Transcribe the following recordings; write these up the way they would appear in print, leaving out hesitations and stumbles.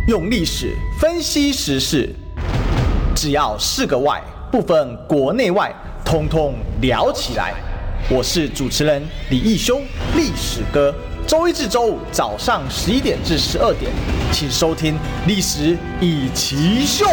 用历史分析时事，只要是个"外"，不分国内外，通通聊起来。我是主持人李义修，历史哥。周一至周五早上11点至12点，请收听《历史一起秀》。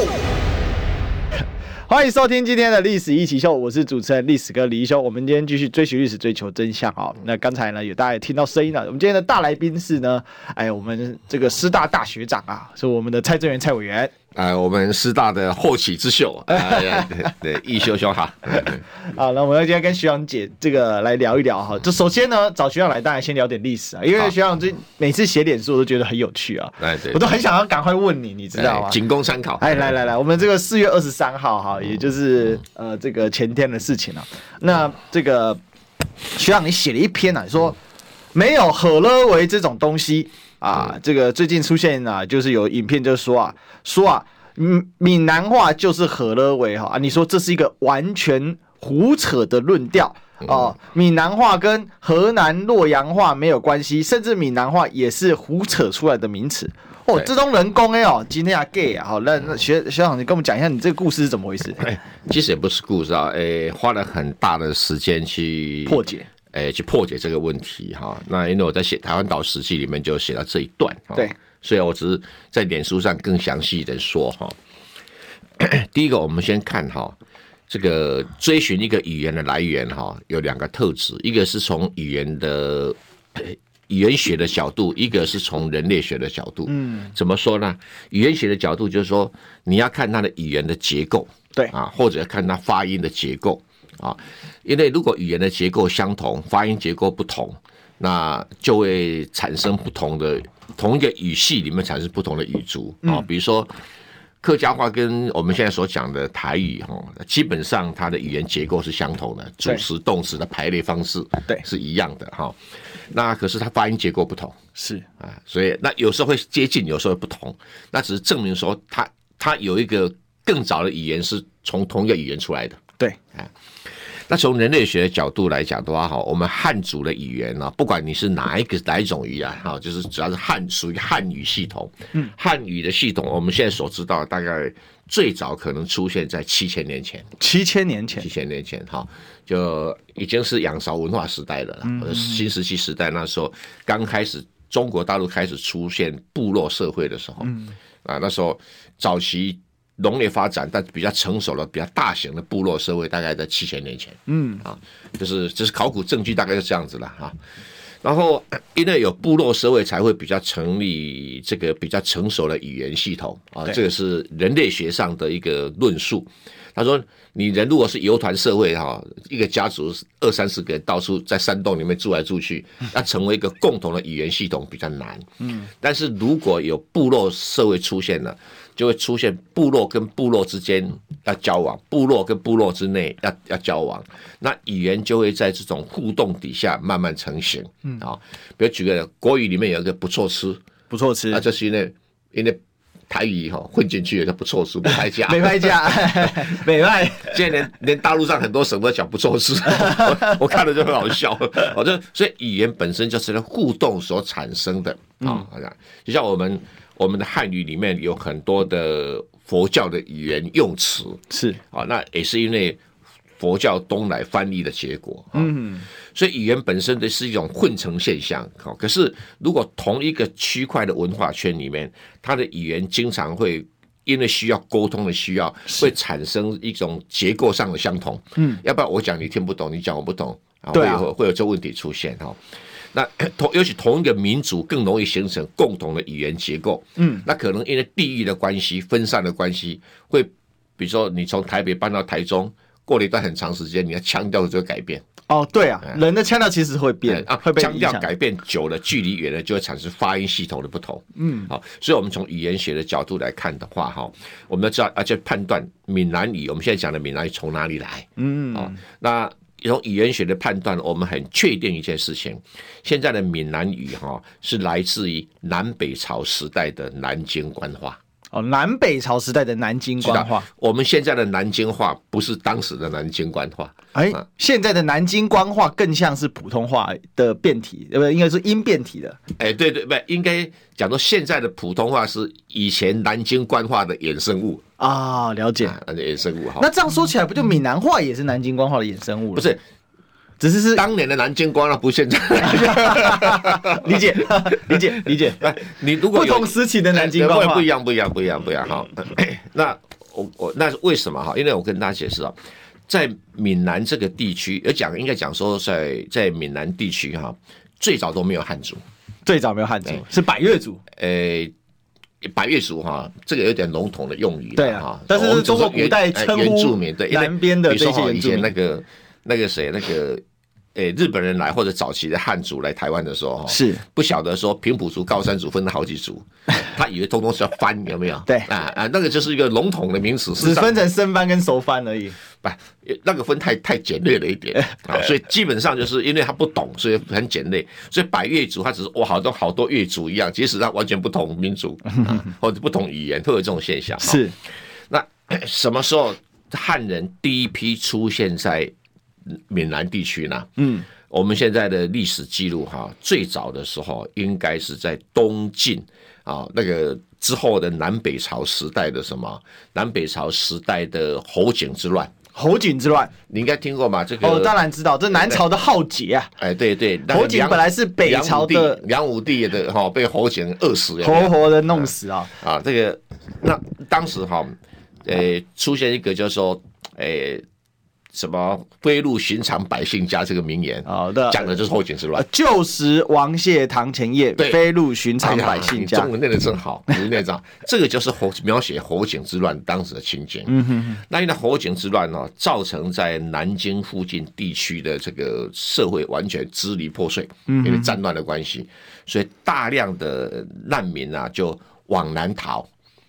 欢迎收听今天的历史一起秀，我是主持人历史哥李一修。我们今天继续追寻历史，追求真相啊！那刚才呢，大家也听到声音了。我们今天的大来宾是呢，我们这个师大大学长啊，是我们的蔡正元蔡委员。 我们师大的后起之秀，对，一修修好。 好，那我们今天跟学长姐这个来聊一聊哈。就首先呢，找学长来，当然先聊点历史啊，因为学长每次写脸书我都觉得很有趣啊，我都很想要赶快问你，你知道吗？ 仅供参考。 来，我们这个4月23号哈，也就是这个前天的事情啊。那这个学长你写了一篇啊，说没有荷勒维这种东西。这个最近出现啊，就是有影片就说闽南话就是荷勒维哈你说这是一个完全胡扯的论调闽南话跟河南洛阳话没有关系，甚至闽南话也是胡扯出来的名词这种人工今天gay 好，那学长你跟我们讲一下你这个故事是怎么回事？ 其实也不是故事啊，花了很大的时间去破解。 去破解这个问题哈。那因为我在写《台湾岛史记》里面就写到这一段， 对， 所以我只是在脸书上更详细的说哈。第一个，我们先看哈，这个追寻一个语言的来源哈，有2个特质，一个是从语言学的角度，一个是从人类学的角度。怎么说呢？语言学的角度就是说，你要看它的语言的结构， 对或者看它发音的结构。因为如果语言的结构相同，发音结构不同，那就会产生不同的同一个语系里面产生不同的语族比如说客家话跟我们现在所讲的台语基本上它的语言结构是相同的，主词动词的排列方式是一样的那可是它发音结构不同， 是所以那有时候会接近，有时候会不同，那只是证明说它有一个更早的语言是从同一个语言出来的。 对那从人类学的角度来讲的话，我们汉族的语言不管你是哪一种语言就是只要是属于汉语系统。汉语的系统，我们现在所知道大概最早可能出现在7000年前。7000年前就已经是仰韶文化时代了或者新石器时代，那时候刚开始中国大陆开始出现部落社会的时候。那时候早期农业发展，但比较成熟的、比较大型的部落社会，大概在7000年前。这是考古证据，大概是这样子了然后，因为有部落社会，才会比较成立这个比较成熟的语言系统这个是人类学上的一个论述。他说，你人如果是游团社会一个家族20-30个人到处在山洞里面住来住去，要成为一个共同的语言系统比较难。但是如果有部落社会出现了，就会出现部落跟部落之间要交往，部落跟部落之内要交往，那语言就会在这种互动底下慢慢成型。比如举个国语里面有一个不错吃，这是因为台语混进去的不错吃，不拍价， 没拍价，没卖。 现在连大陆上很多省都讲不错吃，我看了就很好笑。所以语言本身就是互动所产生的就像我们的汉语里面有很多的佛教的语言用词， 是那也是因为佛教东来翻译的结果。所以语言本身的是一种混成现象。可是如果同一个区块的文化圈里面，它的语言经常会因为需要沟通的需要，会产生一种结构上的相同。要不然我讲你听不懂，你讲我不懂，会有这问题出现。那尤其同一个民族更容易形成共同的语言结构。那可能因为地域的关系、分散的关系，会比如说你从台北搬到台中，过了一段很长时间，你的腔调就会改变。 对啊，人的腔调其实会变，会被腔调改变久了，距离远了，就会产生发音系统的不同。所以我们从语言学的角度来看的话，我们要知道而且判断闽南语，我们现在讲的闽南语从哪里来。那从语言学的判断，我们很确定一件事情：现在的闽南语是来自于南北朝时代的南京官话。 南北朝时代的南京官话， 我们现在的南京话不是当时的南京官话。 现在的南京官话更像是普通话的变体，应该是音变体的。 对，不应该讲说现在的普通话是以前南京官话的衍生物啊，了解， 衍生物。 那这样说起来，不就闽南话也是南京官话的衍生物了？ 不是。 只是当年的南京官话，不现在。 理解。 你如果不同时期的南京官话不一样哈。那那是为什么哈？因为我跟大家解释啊，在闽南这个地区，应该讲说在闽南地区哈，最早都没有汉族， 是百越族。 百越族哈，这个有点笼统的用语。 对啊，但是中国古代称呼原住民，对南边的这些原住民， 以前那个谁日本人来或者早期的汉族来台湾的时候， 是不晓得说平埔族、高山族分了好几族，他以为通通是要番，有没有？ 对那个就是一个笼统的名词， 只分成生番跟熟番而已。 不，那个分太简略了一点所以基本上就是因为他不懂，所以很简略。所以百越族他只是好多越族一样，即使他完全不同民族或者不同语言，会有这种现象。 是， 那什么时候汉人第一批出现在闽南地区呢？我们现在的历史记录最早的时候应该是在东晋那个之后的南北朝时代的南北朝时代的侯景之乱。你应该听过吗？这个当然知道，这南朝的浩劫啊。 对， 侯景本来是北朝的梁武帝的被侯景饿死， 活的弄死啊。 这个那当时出现一个叫做什么飞入寻常百姓家这个名言，讲的就是侯景之乱。 旧时王谢堂前夜，飞入寻常百姓家。 中文念得真好，这个就是描写侯景之乱当时的情景。那因为侯景之乱造成在南京附近地区的这个社会完全支离破碎，因为战乱的关系，所以大量的难民就往南逃。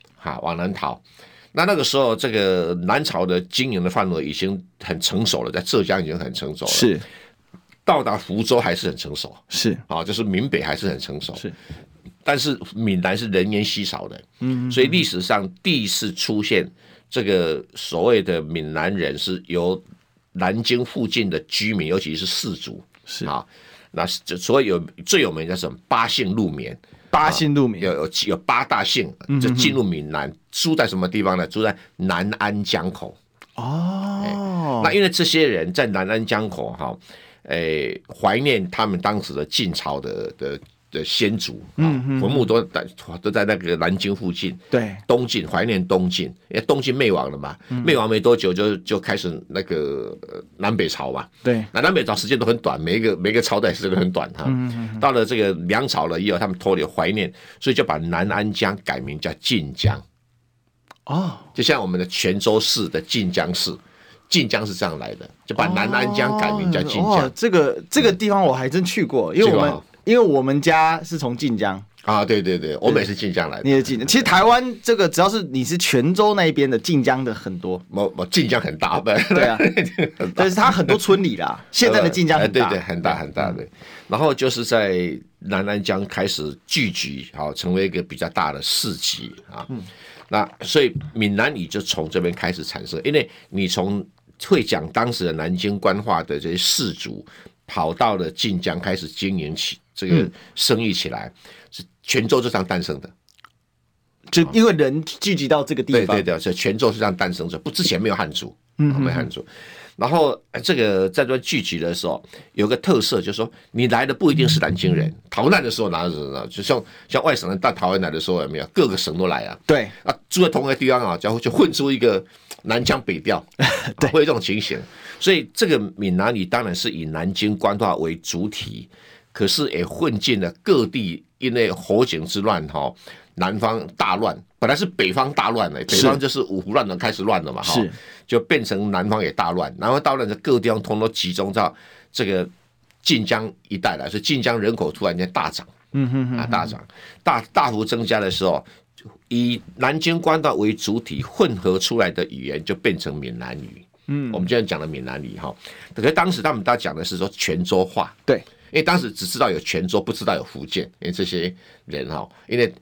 那个时候，这个南朝的经营的范围已经很成熟了，在浙江已经很成熟了， 是到达福州还是很成熟， 是就是闽北还是很成熟， 是， 但是闽南是人烟稀少的，所以历史上第一次出现这个所谓的闽南人是由南京附近的居民，尤其是士族， 是那所以最有名的是什么？八姓入闽。有八大姓就进入闽南，住在什么地方呢？住在南安江口。那因为这些人在南安江口怀念他们当时的晋朝的先祖，坟墓都在那个南京附近。 对， 东晋怀念东晋，因为东晋灭亡了嘛，灭亡没多久就开始那个南北朝嘛。 对， 那南北朝时间都很短，每个朝代时间都很短到了这个梁朝了以后，他们脱离怀念，所以就把南安江改名叫晋江。就像我们的泉州市的晋江市。晋江是这样来的，就把南安江改名叫晋江。 这个地方我还真去过，因为我们家是从晋江对，我们也是晋江来的。 你的晋江，其实台湾这个只要是你是泉州那边的，晋江的很多。 晋江很大， 对啊，但是它很多村里啦。现在的晋江很大， 对，很大的。然后就是在南安江开始聚集，成为一个比较大的市集那所以闽南语就从这边开始产生，因为你从会讲当时的南京官话的这些士族，跑到了晋江开始经营起这个生意起来，是泉州就这样诞生的。 就因为人聚集到这个地方， 对，所以泉州是这样诞生的。之前没有汉族，没有汉族。然后这个在这聚集的时候，有个特色就是说，你来的不一定是南京人，逃难的时候哪有人啊？就像外省人到台湾来的时候，有没有各个省都来啊？ 对住在同一个地方就混出一个南腔北调，会有这种情形。所以这个闽南语当然是以南京官话为主体，可是也混进了各地，因为侯景之乱南方大乱，本来是北方大乱北方就是五胡乱华开始乱了嘛，就变成南方也大乱，南方大乱的各地方通通集中到这个晋江一带来，所以晋江人口突然间大涨，大涨，大幅增加的时候，以南京官话为主体混合出来的语言就变成闽南语。我们今天讲的闽南语可是当时他们大家讲的是说泉州话， 对， 因为当时只知道有泉州，不知道有福建，因为这些人因为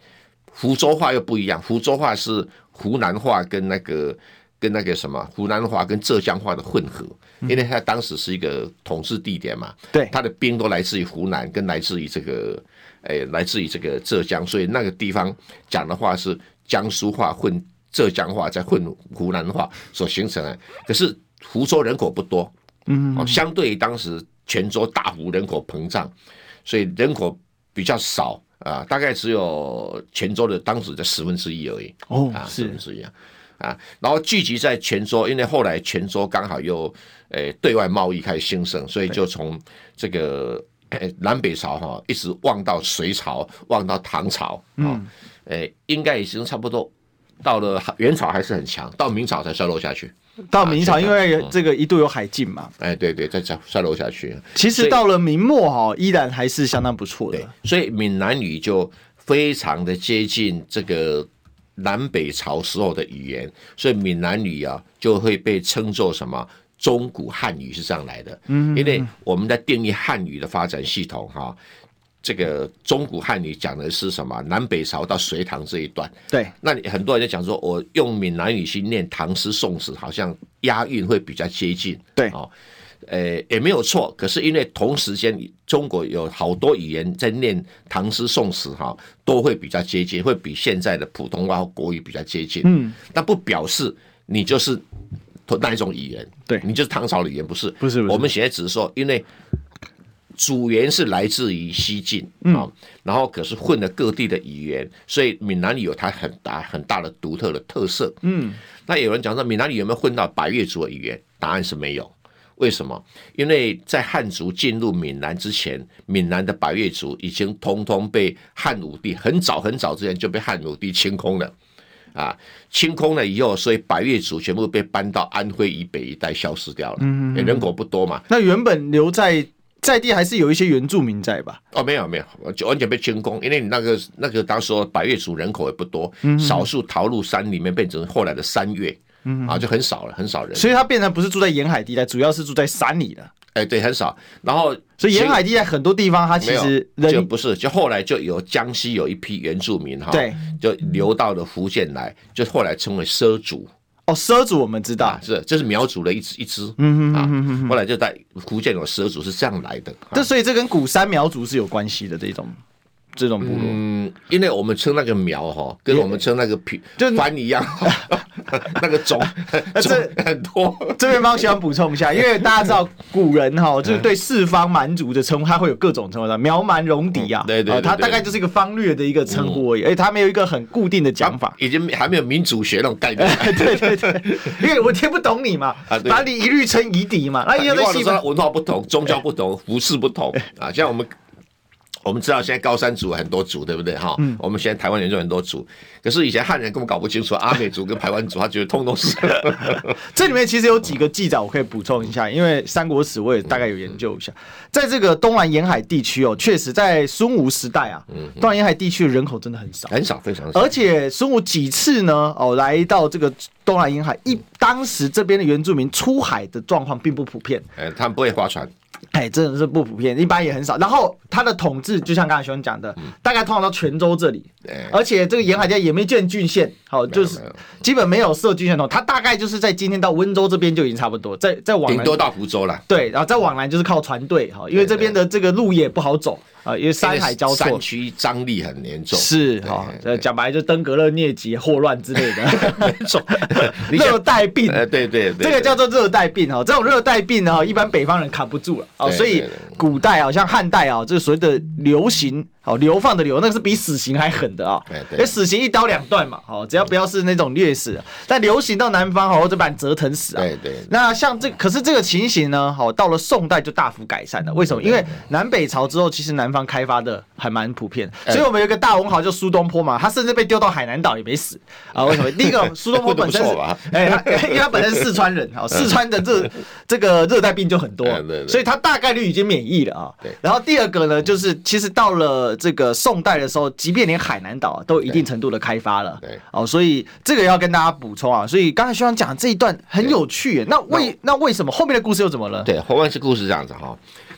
福州话又不一样，福州话是湖南话跟那个什么，湖南话跟浙江话的混合，因为它当时是一个统治地点嘛， 对， 它的兵都来自于湖南，跟来自于这个浙江，所以那个地方讲的话是江苏话混浙江话再混湖南话所形成的。可是福州人口不多，相对于当时泉州大幅人口膨胀，所以人口比较少啊，大概只有泉州的当时的1/10而已。 是 1/10啊，然后聚集在泉州，因为后来泉州刚好又对外贸易开始兴盛，所以就从这个南北朝一直望到隋朝，望到唐朝应该已经差不多到了元朝还是很强，到明朝才衰落下去。 到明朝，因为这个一度有海禁嘛， 对，再衰落下去。 其实到了明末依然还是相当不错的。 所以闽南语就非常的接近这个南北朝时候的语言，所以闽南语就会被称作什么中古汉语是这样来的。因为我们在定义汉语的发展系统这个中古汉语讲的是什么？南北朝到隋唐这一段。 对， 那你很多人就讲说，我用闽南语去念唐诗宋词，好像押韵会比较接近。 对， 也没有错。可是因为同时间，中国有好多语言在念唐诗宋词都会比较接近，会比现在的普通话或国语比较接近。但不表示你就是那一种语言， 对， 你就是唐朝的语言，不是。 我们现在只是说，因为主源是来自于西晋然后可是混了各地的语言，所以闽南语有它很大的独特的特色。那有人讲说闽南语有没有混到百越族的语言？答案是没有。为什么？因为在汉族进入闽南之前，闽南的百越族已经通通被汉武帝很早之前就被汉武帝清空了。清空了以后，所以百越族全部被搬到安徽以北一带消失掉了。人口不多嘛。 那原本留在地还是有一些原住民在吧？ 没有，就完全被清空，因为你那个当时百越族人口也不多，少数逃入山里面，变成后来的山越，就很少人。 所以它变成不是住在沿海地带，主要是住在山里了。 对，很少。然后， 所以沿海地带很多地方，它其实就不是，就后来就有江西有一批原住民对， 就流到了福建来，就后来称为畲族。 畲族我们知道， 这是苗族的一支，后来就在福建有畲族是这样来的。 所以这跟古山苗族是有关系的这种部落。 因为我们称那个苗跟我们称那个番一样，那个种很多。 这边帮学长补充一下，因为大家知道古人就是对四方蛮族的称呼，它会有各种称呼，苗蛮戎狄对， 它大概就是一个方略的一个称呼而已，而且它没有一个很固定的讲法， 已经还没有民族学那种概念。 对，因为我听不懂你嘛，把你一律称夷狄嘛，那因为文化不同、宗教不同、服饰不同像我们知道现在高山族很多族，对不对我们现在台湾人就很多族，可是以前汉人根本搞不清楚阿美族跟排湾族，他觉得通通是。 这里面其实有几个记载我可以补充一下，因为三国史我也大概有研究一下，在这个东南沿海地区确实在孙吴时代东南沿海地区的人口真的很少， 非常少， 而且孙吴几次呢来到这个东南沿海，当时这边的原住民出海的状况并不普遍， 他们不会划船。 真的是不普遍，一般也很少。然后他的统治就像刚才学长讲的，大概通常到泉州这里，而且这个沿海地带也没建郡县，就是基本没有设郡县统，他大概就是在今天到温州这边就已经差不多，再往南顶多到福州了。 对，然后再往南就是靠船队因为这边的这个路也不好走因为山海交错， 山区张力很严重。 是讲白了就登革热、疟疾、霍乱之类的严重热带病。 对， 这个叫做热带病这种热带病呢，一般北方人扛不住了所以古代像汉代这个所谓的流刑流放的流，那个是比死刑还狠的因为死刑一刀两断嘛只要不要是那种虐死，但流刑到南方就把你折腾死对。 那像可是这个情形呢到了宋代就大幅改善了。为什么？因为南北朝之后，其实南方开发的还蛮普遍，所以我们有一个大文豪叫苏东坡嘛，他甚至被丢到海南岛也没死为什么？第一个苏东坡本身因为他本身是四川人四川的这个热带病就很多所以他大概率已经免疫了然后第二个呢，就是其实到了这个宋代的时候，即便连海南岛都有一定程度的开发了所以这个要跟大家补充所以刚才学长讲这一段很有趣那为什么后面的故事又怎么了？ 对，后面是故事这样子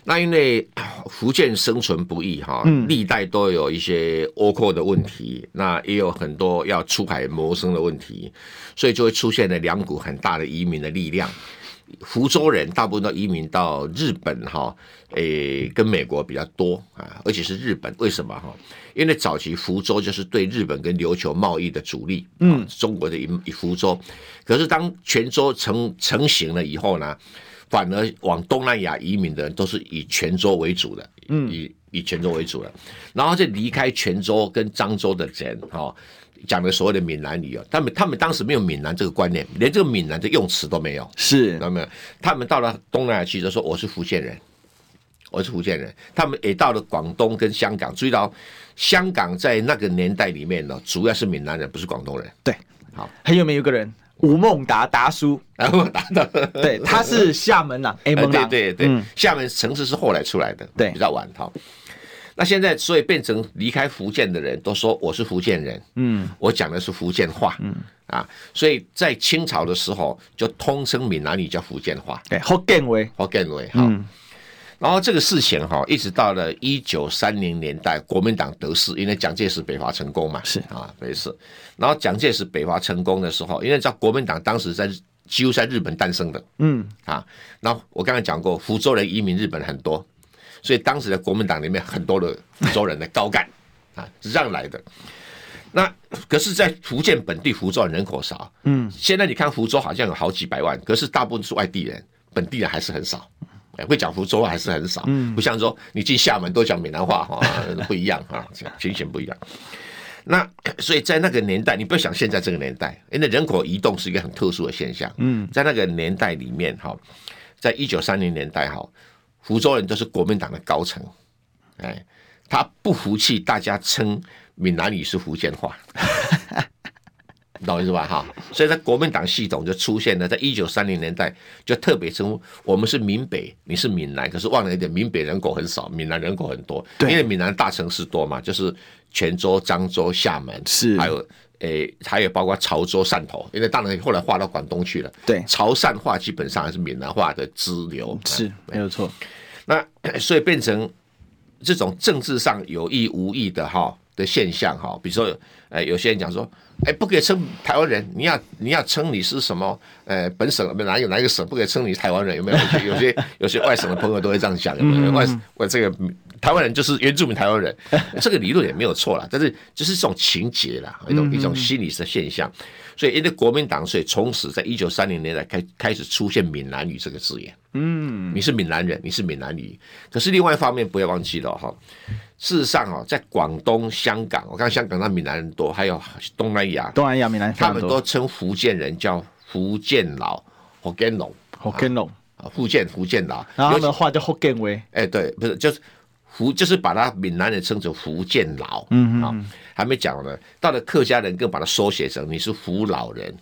那因为福建生存不易哈，历代都有一些倭寇的问题，那也有很多要出海谋生的问题，所以就会出现了两股很大的移民的力量。福州人大部分都移民到日本哈，跟美国比较多啊，而且是日本。为什么哈？因为早期福州就是对日本跟琉球贸易的主力，中国的以福州。可是当泉州成型了以后呢，反而往东南亚移民的人都是以泉州为主的，以泉州为主的，然后就离开泉州跟漳州的人哈。讲的所谓的闽南语他们当时没有闽南这个观念，连这个闽南的用词都没有。 是， 那么他们到了东南亚去就说我是福建人，我是福建人。他们也到了广东跟香港，注意到香港在那个年代里面呢，主要是闽南人，不是广东人。 对， 好， 很有名有个人吴孟达达叔，对，他是厦门人， 对，厦门城市是后来出来的， 对， 比较晚哈。那现在所以变成离开福建的人都说我是福建人，我讲的是福建话，所以在清朝的时候就通称闽南语叫福建话， 对，福建话， 然后这个事情哈，一直到了1930年代，国民党得势，因为蒋介石北伐成功嘛， 是没事。然后蒋介石北伐成功的时候，因为知道国民党当时几乎在日本诞生的，然后我刚才讲过，福州人移民日本很多。所以当时的国民党里面很多的福州人的高干是这样来的。那可是，在福建本地，福州人口少，现在你看福州好像有好几百万，可是大部分是外地人，本地人还是很少，会讲福州话还是很少，不像说你进厦门都讲闽南话不一样情形不一样。那所以在那个年代，你不要想现在这个年代，因为人口移动是一个很特殊的现象，在那个年代里面在1930年代福州人都是国民党的高层，他不服气大家称闽南语是福建话，懂我意思吧？所以在国民党系统就出现了，在1930年代就特别称呼我们是闽北，你是闽南，可是忘了一点，闽北人口很少，闽南人口很多，因为闽南大城市多嘛，就是泉州、漳州、厦门， 是还有包括潮州、汕头，因为当然后来划到广东去了。对，潮汕话基本上还是闽南话的支流， 是没有错。 那所以变成这种政治上有意无意的现象比如说有些人讲说，不可以称台湾人，你要称你是什么本省哪一个省不可以称你是台湾人，有没有？有些外省的朋友都会这样讲，有没有？这个台湾人就是原住民台湾人，这个理论也没有错啦，但是就是这种情节啦，一种心理的现象。所以因为国民党，所以从此在1930年代开始出现闽南语这个字眼。你是闽南人，你是闽南语。可是另外一方面不要忘记了事实上在广东、香港，我看香港那闽南人多，还有东南亚闽南人， 他们都称福建人叫福建佬、福建佬、福建佬， 然后他们的话叫福建话。 对，不是就是把他闽南人称成福建佬，还没讲呢。到了客家人更把它缩写成你是福老人。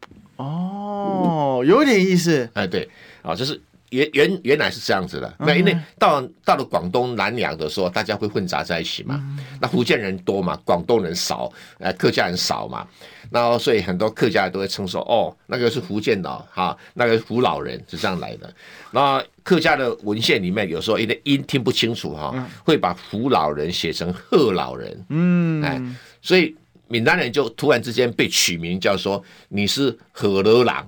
有点意思。 对，就是原来是这样子的。那因为到了广东南洋的时候，大家会混杂在一起嘛。那福建人多嘛，广东人少，客家人少嘛。然后所以很多客家人都会称说，那个是福建佬那个福老人是这样来的。然后客家的文献里面有时候因为音听不清楚会把福老人写成贺老人。所以闽南人就突然之间被取名叫说你是何乐郎。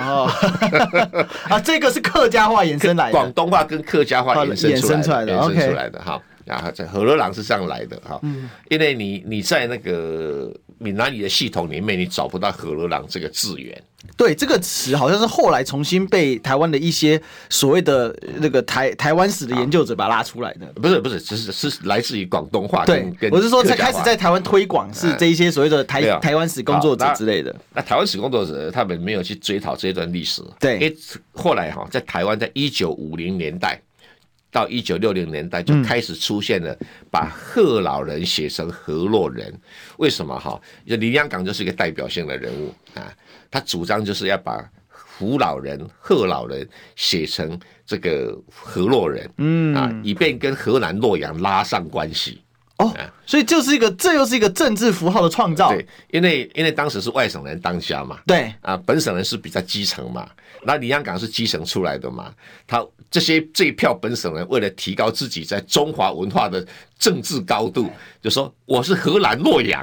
这个是客家话延伸来的， 广东话跟客家话延伸出来的。何乐郎是这样来的因为你在那个闽南语的系统里面，你找不到何乐郎这个字源。 对，这个词好像是后来重新被台湾的一些所谓的那个台湾史的研究者把它拉出来的。 不是，是来自于广东话对，我是说在开始在台湾推广是这一些所谓的台湾史工作者之类的。 那台湾史工作者他们没有去追讨这段历史。 对， 因为后来在台湾在1950年代到1960年代就开始出现了把贺老人写成何洛人。为什么林洋港就是一个代表性的人物他主张就是要把福老人、贺老人写成这个河洛人以便跟河南洛阳拉上关系。 哦，所以这又是一个政治符号的创造。 对，因为当时是外省人当家嘛， 对啊，本省人是比较基层嘛，那李阳港是基层出来的嘛，他这一票本省人为了提高自己在中华文化的政治高度，就说我是荷兰洛阳，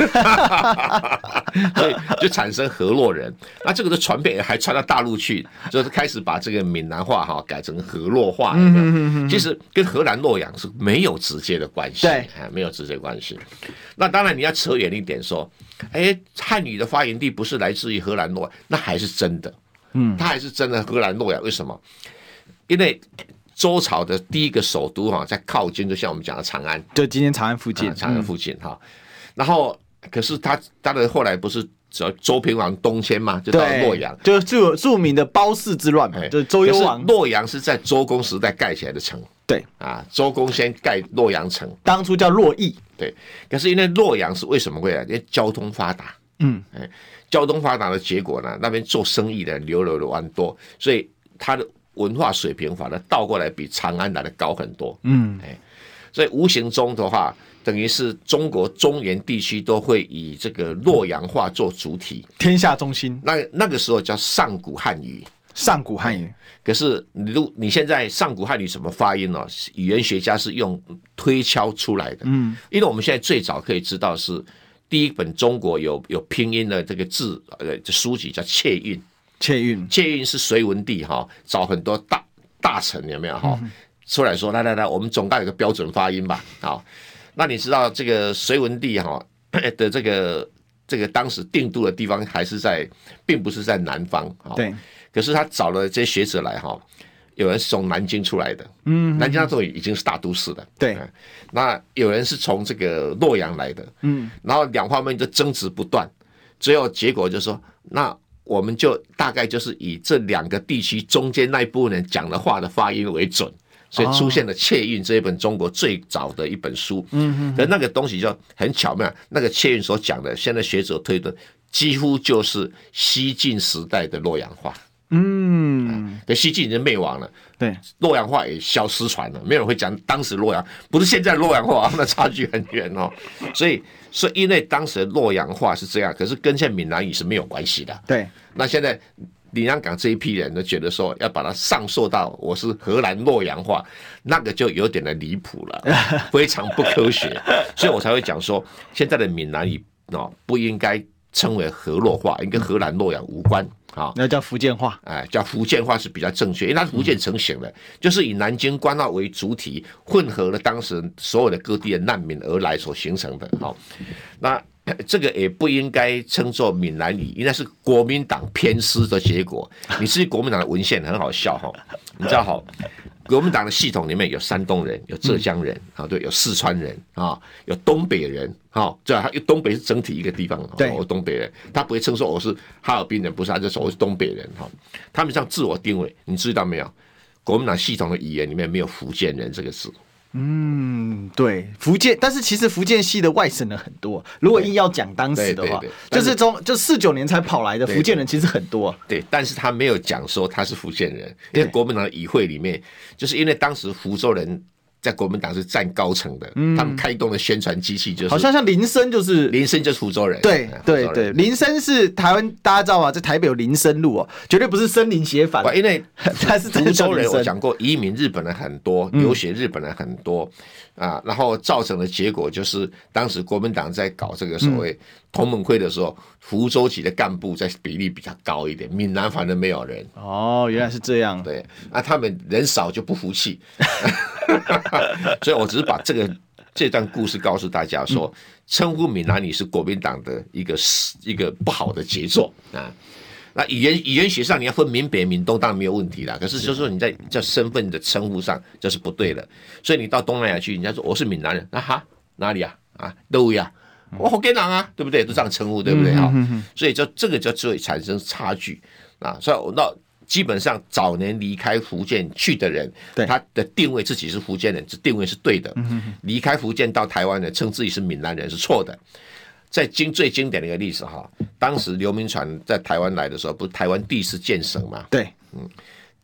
所以就产生河洛人。那这个的传遍还传到大陆去，就是开始把这个闽南话改成河洛话。其实跟荷兰洛阳是没有直接的关系， 对， 没有直接关系。那当然你要扯远一点说，汉语的发源地不是来自于荷兰洛阳，那还是真的。它还是真的荷兰洛阳。为什么？因为周朝的第一个首都在靠近，就像我们讲的长安， 就今天长安附近， 长安附近然后可是他的后来不是周平王东迁嘛，就到洛阳， 就是著名的褒姒之乱嘛，就是周幽王。 洛阳是在周公时代盖起来的城， 对周公先盖洛阳城， 当初叫洛邑， 对。可是因为洛阳是为什么会来？因为交通发达，交通发达的结果呢，那边做生意的人流的蛮多，所以他的文化水平反而倒过来比长安来的高很多。所以无形中的话，等于是中国中原地区都会以这个洛阳话做主体， 天下中心。 那个时候叫上古汉语。 上古汉语， 可是你现在上古汉语怎么发音呢？语言学家是用推敲出来的。因为我们现在最早可以知道是第一本中国有拼音的这个字书籍叫切韵。切韵是隋文帝找很多大臣有没有出来说来，我们总该有个标准发音吧。那你知道这个隋文帝的这个当时定都的地方并不是在南方。 对。 可是他找了这些学者来有人是从南京出来的，南京那时候已经是大都市了。 对。 那有人是从这个洛阳来的，然后两方面就争执不断，最后结果就说，那我们就大概就是以这两个地区中间那一部分人讲的话的发音为准，所以出现了《切韵》这一本中国最早的一本书。可那个东西就很巧妙，那个《切韵》所讲的，现在学者推论几乎就是西晋时代的洛阳话。可西晋已经灭亡了， 对， 洛阳话也消失传了，没有人会讲当时洛阳，不是现在洛阳话，那差距很远所以因为当时的洛阳话是这样，可是跟现在闽南语是没有关系的。 对， 那现在李阳港这一批人呢，觉得说要把它上溯到我是荷兰洛阳话，那个就有点的离谱了，非常不科学，所以我才会讲说，现在的闽南语不应该称为河洛话，应跟荷兰洛阳无关。 那叫福建话， 叫福建话是比较正确，因为它是福建成型的，就是以南京官话为主体，混合了当时所有的各地的难民而来所形成的。那这个也不应该称作闽南语，应该是国民党偏私的结果。你是国民党的文献很好笑你知道国民党的系统里面有山东人，有浙江人对，有四川人有东北人对啊，东北是整体一个地方我东北人，他不会称说我是哈尔滨人，不是，他就说我是东北人他们这样自我定位，你知道没有？国民党系统的语言里面没有福建人这个字。 对，福建，但是其实福建系的外省人很多。如果硬要讲当时的话，就是就49年才跑来的福建人其实很多。 对，但是他没有讲说他是福建人，因为国民党的议会里面，就是因为当时福州人在国民党是占高层的，他们开动的宣传机器就是好像林森就是福州人， 对，林森是台湾，大家知道吗？在台北有林森路绝对不是森林写反， 因为他是福州人，我讲过移民日本人很多，留学日本人很多然后造成的结果就是当时国民党在搞这个所谓同盟会的时候，福州籍的干部在比例比较高一点，闽南反正没有人。 原来是这样。 对，他们人少就不服气，所以我只是把这段故事告诉大家说，称呼闽南语是国民党的一个不好的杰作那语言学上你要分闽北闽东当然没有问题啦，可是就是说你在叫身份的称呼上就是不对了。所以你到东南亚去，人家说我是闽南人，哪里都呀，我福建人对不对？都这样称呼，对不对所以这个就会产生差距所以那基本上早年离开福建去的人，他的定位自己是福建人，这定位是对的。离开福建到台湾的称自己是闽南人是错的。在最经典的一个例子当时刘铭传在台湾来的时候，不是台湾第一次建省嘛？ 对，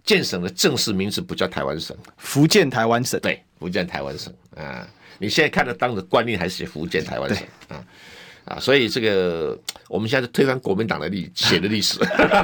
建省的正式名字不叫台湾省， 福建台湾省。 对，福建台湾省啊。你现在看得当的惯例还是写福建台湾省啊，所以这个我们现在是推翻国民党的写的历史，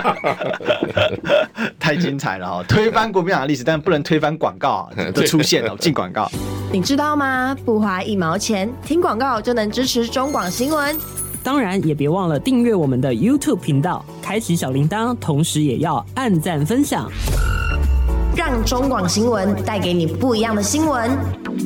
太精彩了哈！推翻国民党的历史，但不能推翻广告的出现哦，进广告。 你知道吗？不花1毛钱，听广告就能支持中广新闻。 当然也别忘了订阅我们的 YouTube 频道，开启小铃铛，同时也要按赞分享， 让中广新闻带给你不一样的新闻。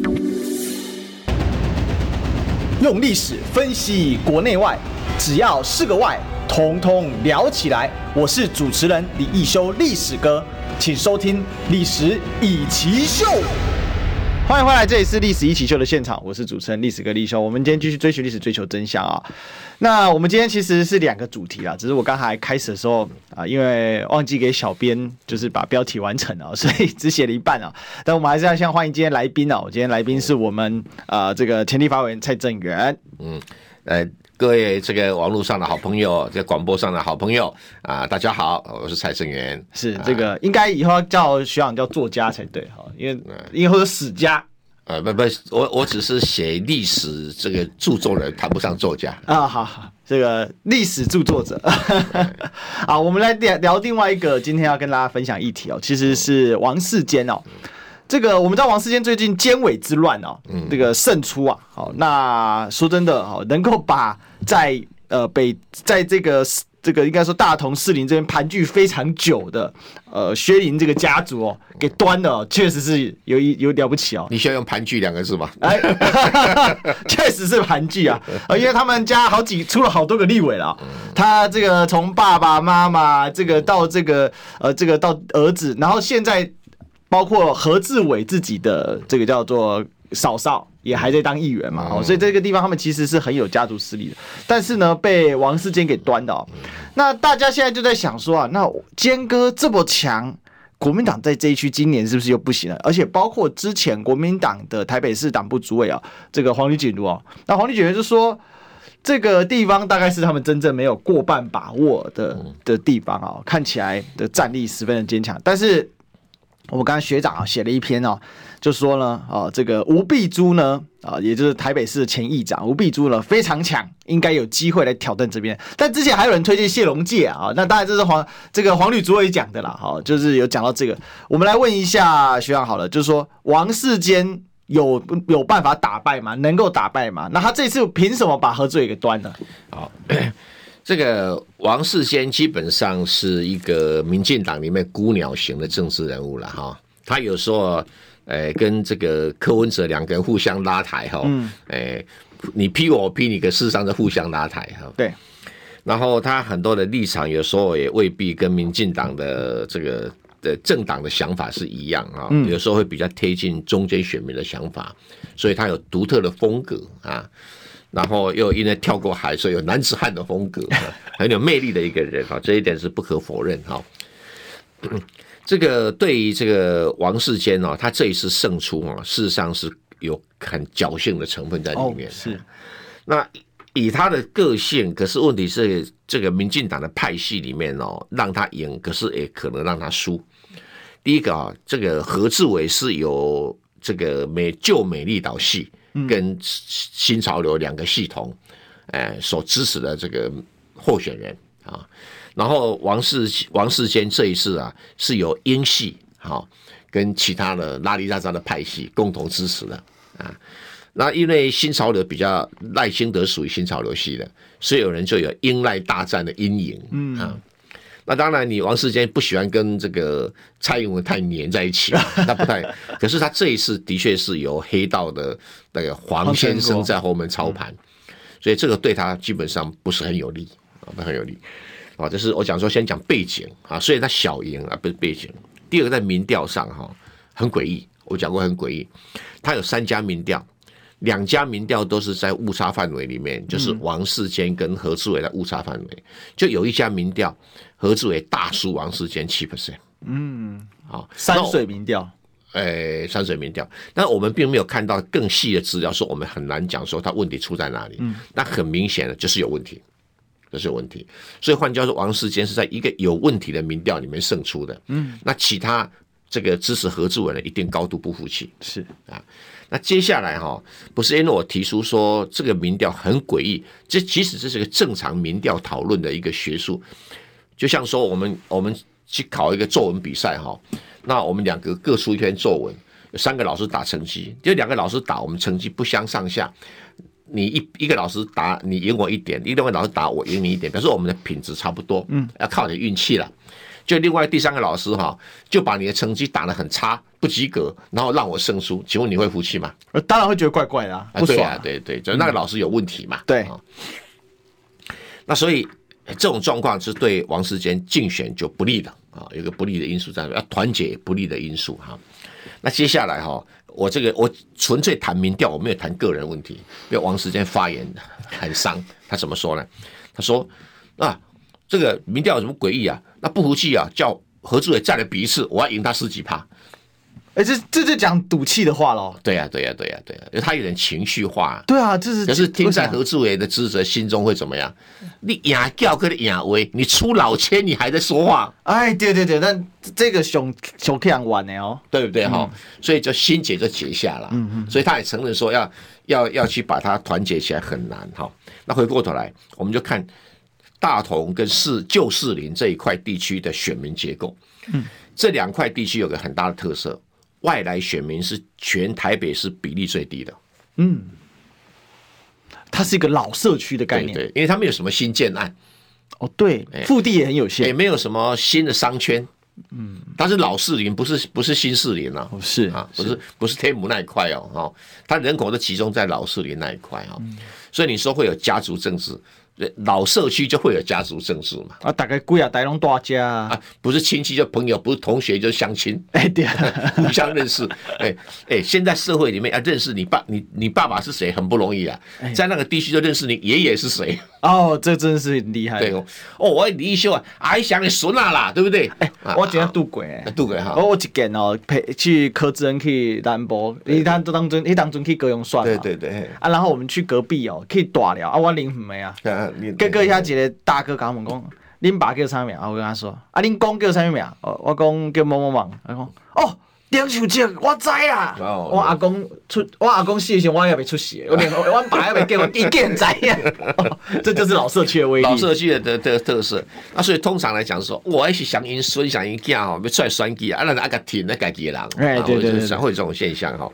用历史分析国内外，只要是个“外”，统统聊起来。我是主持人李义修，历史哥，请收听《历史一起秀》。欢迎回来，这里是《历史一起秀》的现场，我是主持人历史哥立修。我们今天继续追寻历史，追求真相啊。那我们今天其实是2个主题啦，只是我刚才开始的时候因为忘记给小编就是把标题完成了，所以只写了一半啊。但我们还是要先欢迎今天来宾哦。今天来宾是我们这个前立法委员蔡正元。 各位这个网络上的好朋友，在广播上的好朋友啊，大家好，我是蔡正元。 是这个应该以后要叫学长叫作家才对哈，因为或者史家。 不，我只是写历史这个著作人，谈不上作家啊。好，这个历史著作者。好，我们来聊另外一个今天要跟大家分享议题哦，其实是王世坚哦。这个我们知道王世坚最近监委之乱哦，这个胜出啊。好，那说真的，能够把在这个应该说大同士林这边盘踞非常久的薛林这个家族哦，给端了，确实是有了不起哦。 你需要用盘踞2个字吗？ 确实是盘踞啊，因为他们家出了好多个立委了。他这个从爸爸妈妈这个到这个到儿子，然后现在包括何志伟自己的这个叫做嫂嫂也还在当议员嘛，所以这个地方他们其实是很有家族势力的，但是呢被王世坚给端的。那大家现在就在想说啊，那坚哥这么强，国民党在这一区今年是不是又不行了？而且包括之前国民党的台北市党部主委啊，这个黄吕锦如啊，那黄吕锦如就说这个地方大概是他们真正没有过半把握的地方啊，看起来的战力十分的坚强，但是我们刚才学长写了一篇就说呢，这个吴碧珠呢，也就是台北市的前议长吴碧珠呢非常强，应该有机会来挑战这边。但之前还有人推荐谢龙介啊，那当然这是黄吕主委讲的啦，就是有讲到这个。我们来问一下学长好了，就是说王世坚有办法打败吗？能够打败吗？那他这次凭什么把何志伟给端了？ 好。这个王世坚基本上是一个民进党里面孤鸟型的政治人物了哈，他有时候跟这个柯文哲2个人互相拉抬哈，你批我批你，可事实上是互相拉抬哈。 对， 然后他很多的立场有时候也未必跟民进党的这个的政党的想法是一样啊，有时候会比较贴近中间选民的想法，所以他有独特的风格啊。然后又因为跳过海，所以有男子汉的风格，很有魅力的一个人哈，这一点是不可否认哈。这个对于这个王世坚他这一次胜出事实上是有很侥幸的成分在里面。 是， 那以他的个性，可是问题是这个民进党的派系里面让他赢，可是也可能让他输。第一个这个何志伟是有这个旧美丽岛系。跟新潮流2个系统，所支持的这个候选人啊，然后王世坚这一次是由英系跟其他的拉里拉扎的派系共同支持的啊。那因为新潮流比较赖清德属于新潮流系的，所以有人就有英赖大战的阴影啊。那当然，你王世坚不喜欢跟这个蔡英文太黏在一起，他不太。可是他这一次的确是由黑道的那个黄先生在后面操盘，所以这个对他基本上不是很有利不很有利啊。这是我讲说先讲背景啊，所以他小赢不是背景。第二个在民调上很诡异，我讲过很诡异，他有3家民调。2家民调都是在误差范围里面，就是王世坚跟何志伟在误差范围，就有一家民调何志伟大输王世坚7%。 山水民调。 山水民调，但我们并没有看到更细的资料，说我们很难讲说他问题出在哪里。但很明显的就是有问题这是有问题。所以换句话说，王世坚是在一个有问题的民调里面胜出的。那其他这个支持何志伟呢，一定高度不服气。 是啊，那接下来不是因为我提出说这个民调很诡异，其实这是个正常民调讨论的一个学术，就像说我们去考一个作文比赛那我们两个各出一篇作文，有3个老师打成绩，就2个老师打，我们成绩不相上下。你一个老师打你赢我1点，另外老师打我赢你1点，表示我们的品质差不多，要靠你运气了。就另外第3个老师就把你的成绩打得很差，不及格，然后让我胜出，请问你会服气吗？ 当然会觉得怪怪的不爽对就那个老师有问题嘛。 对， 那所以这种状况是对王世坚竞选就不利的有一个不利的因素在，要团结不利的因素那接下来我纯粹谈民调，我没有谈个人问题。因为王世坚发言很伤，他怎么说呢？他说这个民调有什么诡异啊？那不服气叫何志伟再来比一次，我要赢他10几%。 这就讲赌气的话咯。 对呀，因为他有点情绪化。 对啊，这是。 可是听在何志伟的支持者心中会怎么样？你哑叫跟你哑威，你出老千，你还在说话？ 哎，对，但这个熊可以玩的对不对所以就心结就结下了。所以他也承认说要去把它团结起来很难那回过头来，我们就看大同跟旧士林这一块地区的选民结构。这2块地区有个很大的特色。外来选民是全台北市比例最低的， 它是一个老社区的概念， 对，因为它没有什么新建案， 对，腹地也很有限， 也没有什么新的商圈，它是老士林，不是新士林不是天母那一块它人口都集中在老士林那一块所以你说会有家族政治。老社区就会有家族政治嘛大概几啊代拢大家不是亲戚就朋友，不是同学就是乡亲， 对互相认识。现在社会里面要认识你爸爸是谁很不容易在那个地区就认识你爷爷是谁。 这真的是很厉害。 对我李义修阿姨想你孙啦，对不对？ 我今天渡过我一件去柯志恩去南部，他当中去高雄算对然后我们去隔壁去大寮我邻远的结果遐一个大哥甲我问讲，恁爸叫啥名？我跟他说，恁公叫啥名？我讲叫某某某。他讲，梁秀杰，我知啦。我阿公死的时候，我也没出席，我爸也没叫我，一个人知呀。这就是老社区的威力， 老社区的特色。所以通常来讲说，我要是想因孙想因囝要出来选举让人个挺那家己的人， 对， 会有这种现象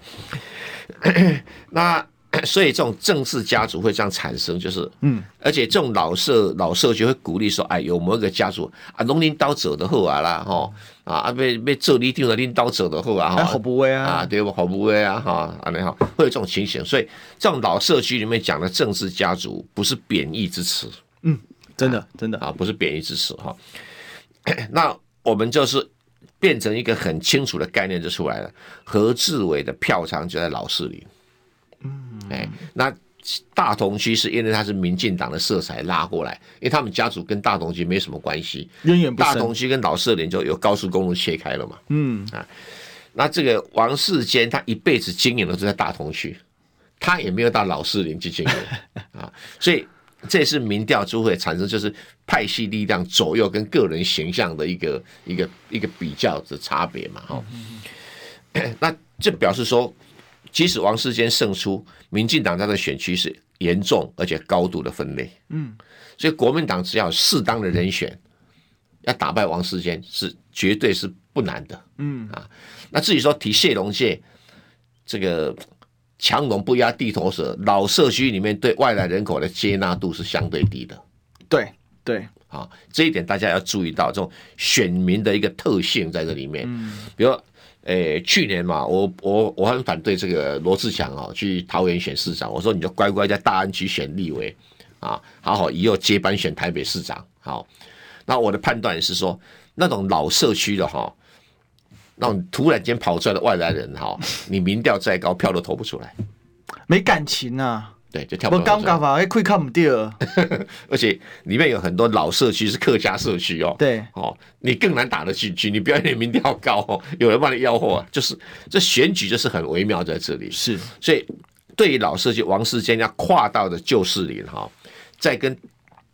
那。所以这种政治家族会这样产生，就是而且这种老社就会鼓励说，有某一个家族拢领导者的好啦被做领导的领导者的好好不威对吧？好不威会有这种情形。所以这种老社区里面讲的政治家族不是贬义之词， 真的不是贬义之词那我们就是变成一个很清楚的概念就出来了，何志伟的票仓就在老士林。那大同区是因为他是民进党的色彩拉过来，因为他们家族跟大同区没什么关系， 渊源不深。 大同区跟老社林就有高速公路切开了嘛。那这个王世坚他一辈子经营的都在大同区，他也没有到老士林去经营所以这也是民调就会产生就是派系力量左右跟个人形象的一个比较的差别嘛。那这表示说。即使王世坚胜出，民进党在的选区是严重而且高度的分裂。所以国民党只要有适当的人选，要打败王世坚是绝对是不难的。那至于说提谢龙介这个强龙不压地头蛇，老社区里面对外来人口的接纳度是相对低的。 对这一点大家要注意到，这种选民的一个特性在这里面。比如去年嘛，我很反对这个罗志强去桃园选市长，我说你就乖乖在大安区选立委好好以后接班选台北市长。好，那我的判断是说，那种老社区的那种突然间跑出来的外来人你民调再高，票都投不出来， 没感情对，就跳不出来。 我感觉吧，开看不到。 而且里面有很多老社区是客家社区对你更难打得进去。你不要以为民调高有人帮你吆喝就是这选举就是很微妙在这里。 是， 所以对于老社区王世坚要跨到的旧士林再跟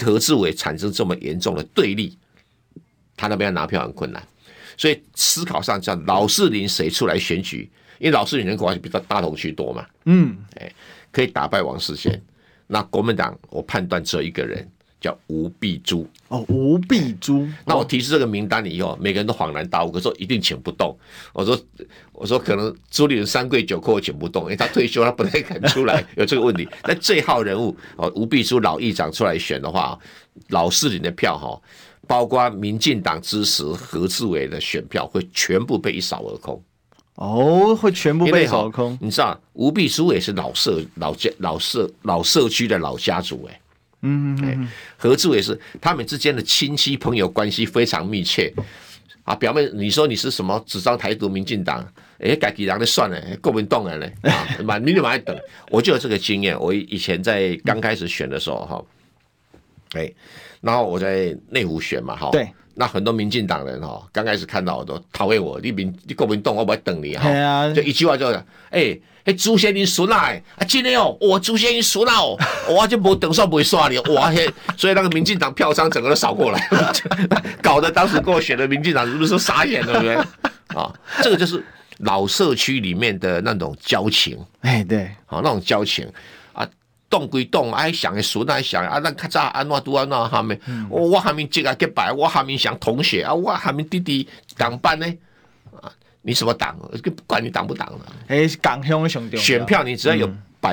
何志伟产生这么严重的对立，他那边要拿票很困难。所以思考上叫老士林谁出来选举，因为老士林人口还是比较大同区多嘛，可以打败王世坚。那国民党我判断只有一个人，叫吴碧珠。 吴碧珠。 那我提出这个名单以后，每个人都恍然大悟，可是一定请不动。我说可能朱立伦三跪九叩请不动，因为他退休，他不太敢出来，有这个问题。但这号人物吴碧珠老议长出来选的话，老士林的票包括民进党支持何志伟的选票会全部被一扫而空。 会全部被扫空。 你知道吴碧珠也是老社区的老家族何志伟是他们之间的亲戚朋友关系非常密切啊。表面你说你是什么主张台独民进党，自己人就算了，国民党人呢啊，你就蛮等。我就有这个经验，我以前在刚开始选的时候然后我在内湖选嘛对。 那很多民进党人刚开始看到我都讨厌我，你国民党我不会等你就一句话就朱先生孙啊，真的我朱先生孙啊，我就没等上不会刷你哇所以那个民进党票仓整个都扫过来，搞得当时跟我选的民进党是不是傻眼，对不对这个就是老社区里面的那种交情， 对， 那种交情动归动，想的孙啊想啊，咱较早安怎拄安怎下面，我下面这个结拜，我下面想同学啊，我下面弟弟党班呢你什么党？不管你党不党了， 港乡上重要， 选票你只要有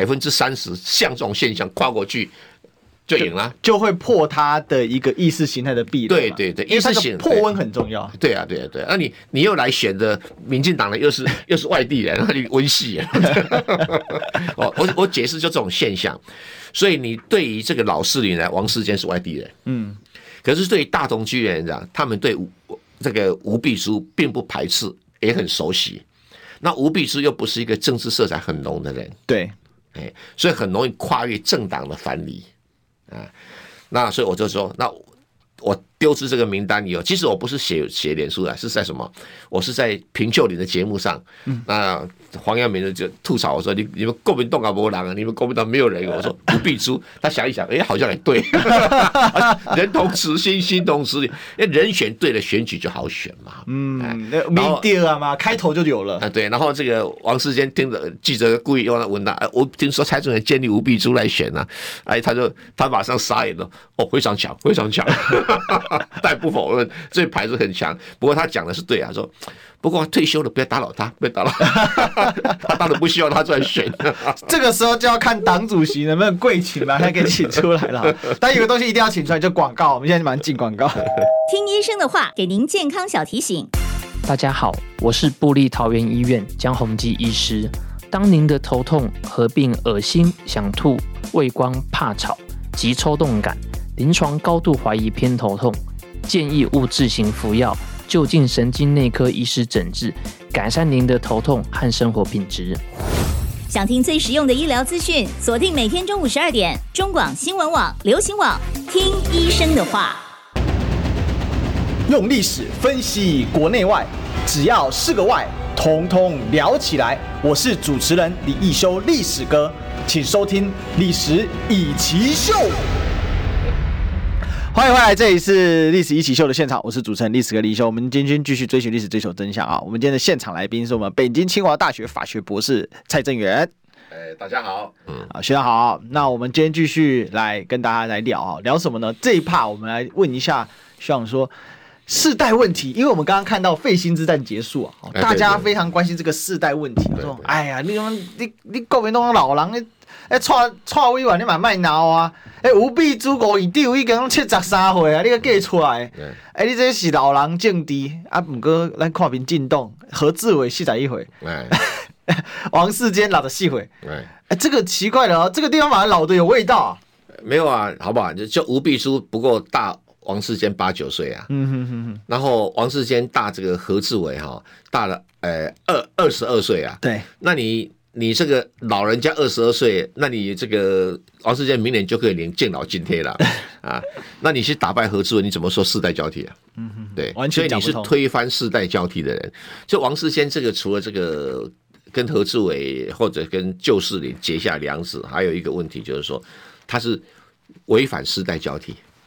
30%像这种现象跨过去就赢了， 就会破他的一个意识形态的壁垒。对， 意识形态破温很重要。 对啊。那你又来选的民进党的又是外地人，那你温系我解释就这种现象。所以你对于这个老士林来，王世坚是外地人，可是对于大同区人讲，他们对这个吴碧珠并不排斥，也很熟悉。那吴碧珠又不是一个政治色彩很浓的人， 对， 所以很容易跨越政党的藩篱那所以我就说，那我丢出这个名单以后，其实我不是写脸书是在什么？我是在平秀林的节目上，那黄阳明就吐槽我说：“你们国民党啊没人啊，你们国民党没有人。”我说吴碧珠，他想一想，好像也对，人同此心，心同此理，人选对了，选举就好选嘛。 民调啊嘛，开头就有了。 对，然后这个王世坚听着记者故意用他问他，我听说蔡总统建议吴碧珠来选啊，他马上傻眼了，非常强，非常强。但不否认这牌子很强，不过他讲的是对啊，说不过退休了不要打扰他，不要打扰他，他当然不希望他出来选。 这个时候就要看党主席能不能跪请把他给请出来了。但有个东西一定要请出来，就广告。我们现在马上进广告。 听医生的话，给您健康小提醒。 大家好，我是部立桃园医院江宏基医师。当您的头痛合并恶心、想吐、畏光、怕吵及抽动感，临床高度怀疑偏头痛，建议勿自行服药，就近神经内科医师诊治，改善您的头痛和生活品质。 想听最实用的医疗资讯，锁定每天中午12点，中广新闻网、流行网，听医生的话。 用历史分析国内外，只要是个“外”，统统聊起来。我是主持人李义修，历史哥，请收听《历史一起秀》。欢迎回来，这里是《历史一起秀》的现场，我是主持人历史哥李修。我们今天继续追寻历史，追求真相啊！我们今天的现场来宾是我们北京清华大学法学博士蔡正元。 大家好， 学长好。那我们今天继续来跟大家来聊啊，聊什么呢？这一趴我们来问一下学长说，世代问题，因为我们刚刚看到废芯之战结束啊，大家非常关心这个世代问题。说，哎呀，你国民党老人，蔡委员你嘛卖闹啊！吴碧珠5队已经73岁啊，你个嫁出来，你这是老人政治啊，不过咱看民进党何志伟41岁，王世坚64岁，这个奇怪了，这个地方反而老的有味道啊。 没有啊，好不好？就吴碧珠不过大王世坚8、9岁啊，然后王世坚大这个何志伟大了22岁啊， 对， 那你这个老人家22岁，那你这个王世坚明年就可以领健老津贴了啊，那你去打败何志伟，你怎么说世代交替啊？对， 完全讲不通。 所以你是推翻世代交替的人。就王世坚这个，除了这个跟何志伟或者跟旧势力结下梁子，还有一个问题就是说，他是违反世代交替。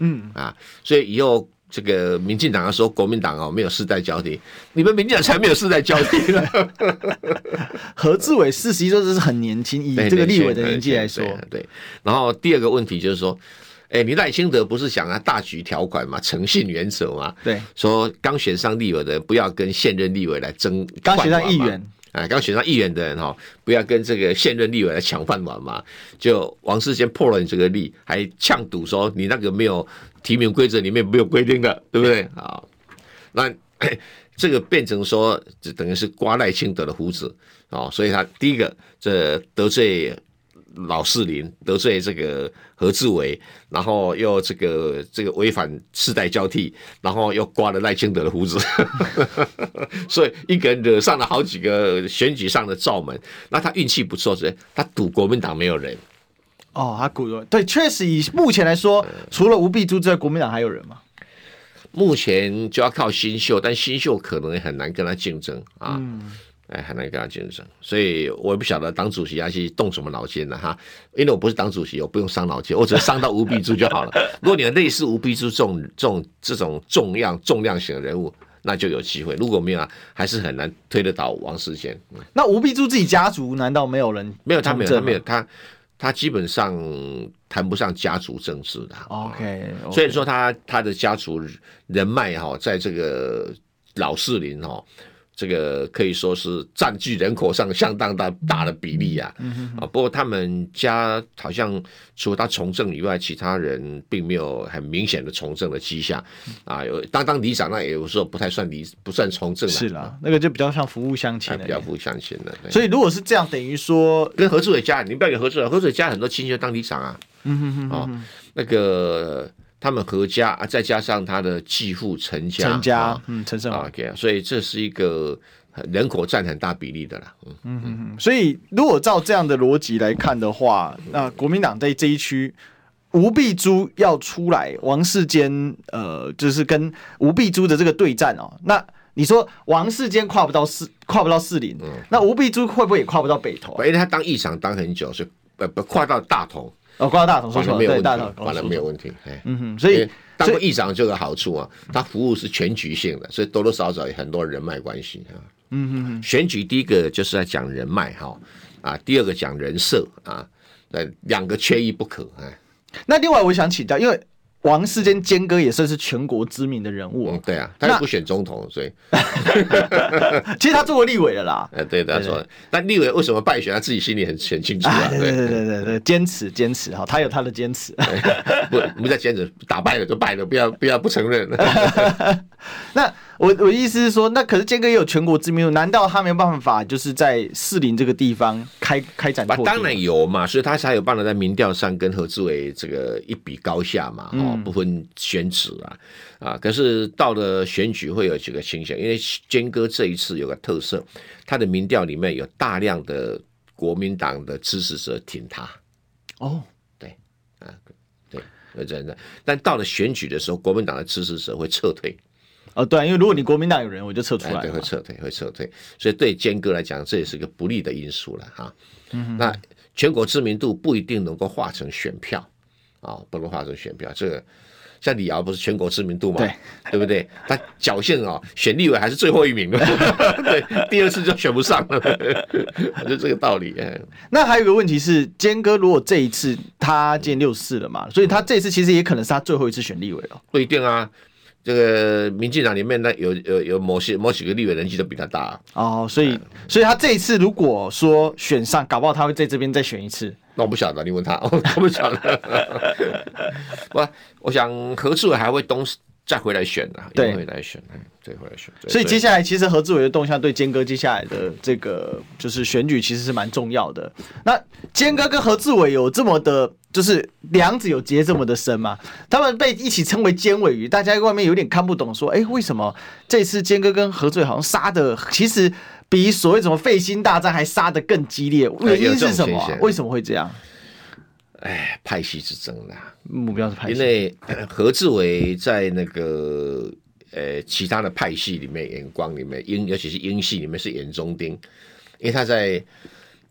所以以后这个民进党要说国民党没有世代交替，你们民进党才没有世代交替呢。 何志伟41岁，这是很年轻，以这个立委的年纪来说， 对。然后第二个问题就是说，你赖清德不是想大局条款嘛，诚信原则嘛， 对， 说刚选上立委的人不要跟现任立委来争， 刚选上议员。 刚选上议员的人不要跟这个现任立委来抢饭碗嘛。就王世坚破了你这个例，还呛赌说你那个没有提名规则里面没有规定的，对不对啊？那这个变成说，这等于是刮赖清德的胡子所以他第一个这得罪老士林，得罪这个何志伟，然后又这个违反世代交替，然后又刮了赖清德的胡子，所以一个人惹上了好几个选举上的罩门。那他运气不错，所以他赌国民党没有人。 他赌对，确实以目前来说，除了吴碧珠之外，国民党还有人吗？ 目前就要靠新秀，但新秀可能也很难跟他竞争啊。很难跟他竞争，所以我也不晓得党主席要去动什么脑筋了哈。因为我不是党主席，我不用伤脑筋，我只是伤到吴碧珠就好了。如果你有类似吴碧珠这种重量型的人物，那就有机会；如果没有还是很难推得倒王世坚。 那吴碧珠自己家族难道没有人？ 没有，他基本上谈不上家族政治的。 OK， 所以说他的家族人脉在这个老士林这个可以说是占据人口上相当大的比例啊。不过他们家好像除了他从政以外，其他人并没有很明显的从政的迹象啊。有当里长，那有时候不算从政了。 是啦，那个就比较像服务乡亲的， 比较服务乡亲的。 所以如果是这样，等于说跟何志伟家，你不要给何志伟家很多亲戚当里长啊。那个。他们何家再加上他的继父陈家， 陈胜华所以这是一个人口占很大比例的啦。 所以如果照这样的逻辑来看的话，那国民党在这一区，吴碧珠要出来，王世坚就是跟吴碧珠的这个对战那你说王世坚跨不到士林，那吴碧珠会不会也跨不到北投？ 因为他当议长当很久，所以跨到大同。 挂到大同， 反正没有问题，反正没有问题。 所以当过议长就有好处啊，他服务是全局性的，所以多多少少有很多人脉关系啊。选举第一个就是在讲人脉第二个讲人设啊，两个缺一不可。 那另外我想请教，因为王世坚坚哥也算是全国知名的人物对啊，他又不选总统，所以其实他做过立委的啦。 对，他说，但立委为什么败选，他自己心里很清楚啊。 对，坚持他有他的坚持。 不再坚持，打败了就败了，不要不承认。 那我意思是说，那可是坚哥也有全国知名度，难道他没有办法就是在士林这个地方开展拓地？ 当然有嘛，所以他才有办法在民调上跟何志伟这个一比高下嘛，不分选址可是到了选举会有几个倾向，因为坚哥这一次有个特色，他的民调里面有大量的国民党的支持者挺他。对，真的。但到了选举的时候，国民党的支持者会撤退。 对，因为如果你国民党有人，我就撤出来了。 对，会撤退。所以对坚哥来讲，这也是个不利的因素了哈。那全国知名度不一定能够化成选票不能化成选票。这个像李敖不是全国知名度嘛，对不对？他侥幸选立委还是最后一名，对，第二次就选不上了，就这个道理。 那还有一个问题是，坚哥如果这一次他今年64了嘛，所以他这一次其实也可能是他最后一次选立委了。 不一定啊。这个民进党里面有某几个立委人气都比他大所以他这一次如果说选上，搞不好他会在这边再选一次。 那我不晓得，你问他，我不晓得。我想何志伟还会再回来选的，再回来选。 所以接下来其实何志伟的动向对坚哥接下来的这个就是选举其实是蛮重要的。那坚哥跟何志伟有这么的，就是梁子有结这么的深吗？他们被一起称为坚尾鱼，大家在外面有点看不懂，说为什么这次坚哥跟何志伟好像杀的其实比所谓什么废心大战还杀得更激烈？原因是什么？为什么会这样？ 派系之争啦， 目标是派系。 因为何志伟在那个其他的派系里面，眼光里面尤其是英系里面是眼中钉，因为他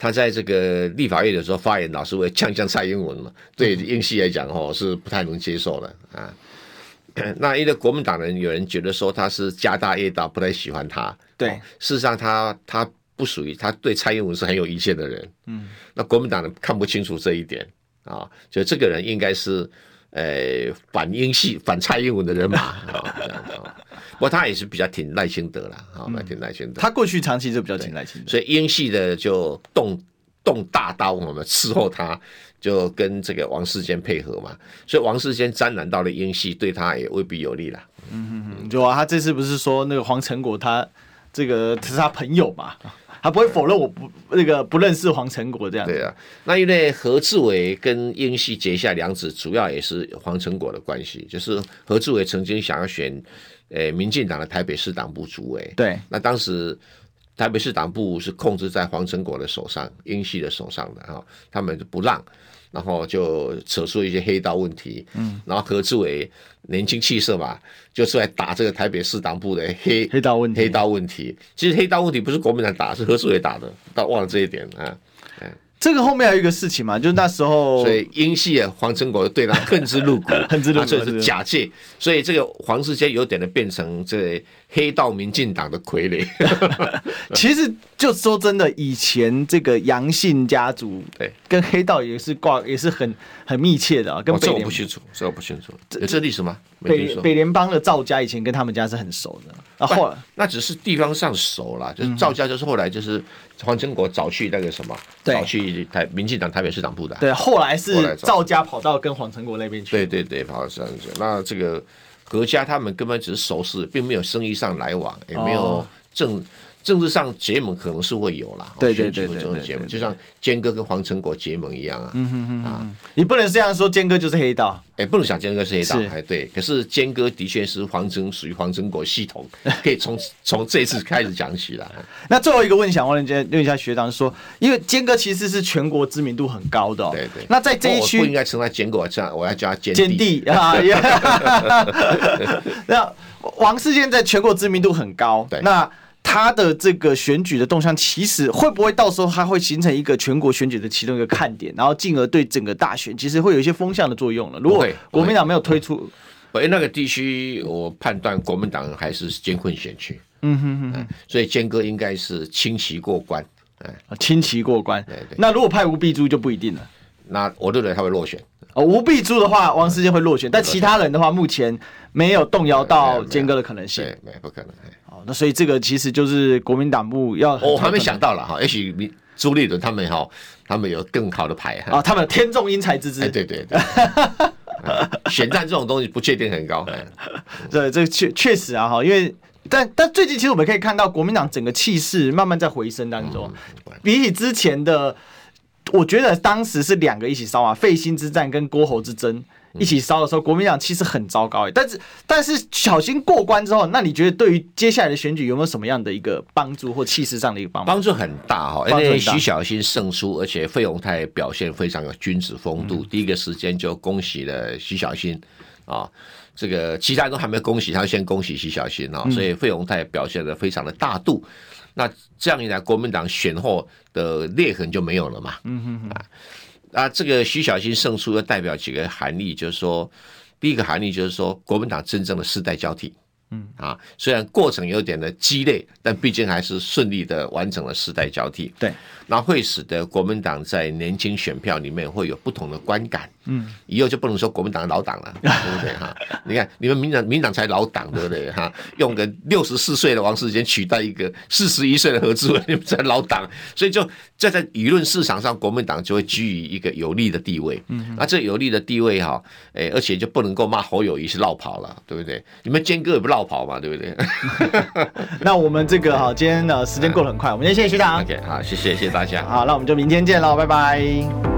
他在这个立法院的时候发言，老是会呛蔡英文嘛，对英系来讲是不太能接受的啊。那因为国民党人有人觉得说他是家大业大，不太喜欢他。 对， 事实上他不属于，他对蔡英文是很有意见的人。那国民党人看不清楚这一点啊，就这个人应该是反英系、反蔡英文的人马这样子。不过他也是比较挺赖清德啦，挺赖清德。 他过去长期就比较挺赖清德， 所以英系的就动大刀，我们伺候他，就跟这个王世坚配合嘛。所以王世坚沾染到了英系，对他也未必有利啦。 就他这次不是说那个黄成国他这个是他朋友嘛？他不会否认我不认识黄成国这样子。 对啊，那因为何志伟跟英系结下梁子，主要也是黄成国的关系。就是何志伟曾经想要选民进党的台北市党部主委， 对， 那当时台北市党部是控制在黄成国的手上，英系的手上的哈，他们就不让。然后就扯出一些黑道问题，然后何志伟年轻气盛嘛，就出来打这个台北市党部的黑道问题。其实黑道问题不是国民党打，是何志伟打的，但忘了这一点啊。 这个后面还有一个事情嘛，就是那时候， 所以英系的黄成国对他恨之入骨，所以是假借，所以这个黄世坚有点的变成这黑道民进党的傀儡。 其实就说真的，以前这个杨姓家族对跟黑道也是很密切的啊。跟这我不清楚，有这历史吗？ 北联邦的赵家以前跟他们家是很熟的，然后后来那只是地方上熟啦，就是赵家就是后来就是黄成国找去那个什么，找去民进党台北市党部的。 对，后来是赵家跑到跟黄成国那边去。 对，跑到这样子。那这个何家他们根本只是熟识，并没有生意上来往，也没有政治上结盟可能是会有啦， 对， 就像坚哥跟黄成国结盟一样啊。 你不能这样说，坚哥就是黑道， 不能讲坚哥是黑道，对。可是坚哥的确是属于黄成国系统，可以从这次开始讲起啦。 那最后一个问一下学长说，因为坚哥其实是全国知名度很高的， 对。 那在这一区我不应该称他坚哥，我要叫他坚弟啊。那王世坚在全国知名度很高，那他的这个选举的动向，其实会不会到时候他会形成一个全国选举的其中一个看点，然后进而对整个大选其实会有一些风向的作用了？如果国民党没有推出， 那个地区我判断国民党还是艰困选区，所以坚哥应该是轻骑过关， 轻骑过关。对。那如果派吴碧珠就不一定了。 那我认为他会落选。 吴碧珠的话，王世坚会落选，但其他人的话，目前没有动摇到坚哥的可能性。 没不可能。 那所以这个其实就是国民党部要， 我还没想到了哈，也许朱立伦他们有更好的牌啊，他们天纵英才之姿。 对。选战这种东西不确定很高。 对，这确实啊哈，因为但最近其实我们可以看到国民党整个气势慢慢在回升当中，比起之前的。我觉得当时是两个一起烧啊，废心之战跟郭侯之争一起烧的时候，国民党气势很糟糕。但是小心过关之后，那你觉得对于接下来的选举有没有什么样的一个帮助或气势上的一个帮助很大哈，因为徐小新胜出，而且费鸿泰表现非常有君子风度，第一个时间就恭喜了徐小新啊。这个其他人都还没恭喜他，先恭喜徐小新啊，所以费鸿泰表现得非常的大度。那这样一来，国民党选后的裂痕就没有了嘛。这个徐小新胜出，又代表几个含义，就是说，第一个含义就是说，国民党真正的世代交替。虽然过程有点的激烈，但毕竟还是顺利的完成了世代交替。 对， 那会使得国民党在年轻选票里面会有不同的观感。以后就不能说国民党老党了，对不对哈？你看你们民党才老党，对不对哈？用个64岁的王世坚取代一个41岁的何志伟，你们才老党，所以就在舆论市场上，国民党就会居于一个有利的地位。那这有利的地位哈，而且就不能够骂侯友宜是落跑了，对不对？你们坚哥也不落跑嘛，对不对？ 那我们这个哈，今天时间过得很快，我们先谢谢学长。 OK， 好，谢谢大家。 好，那我们就明天见喽，拜拜。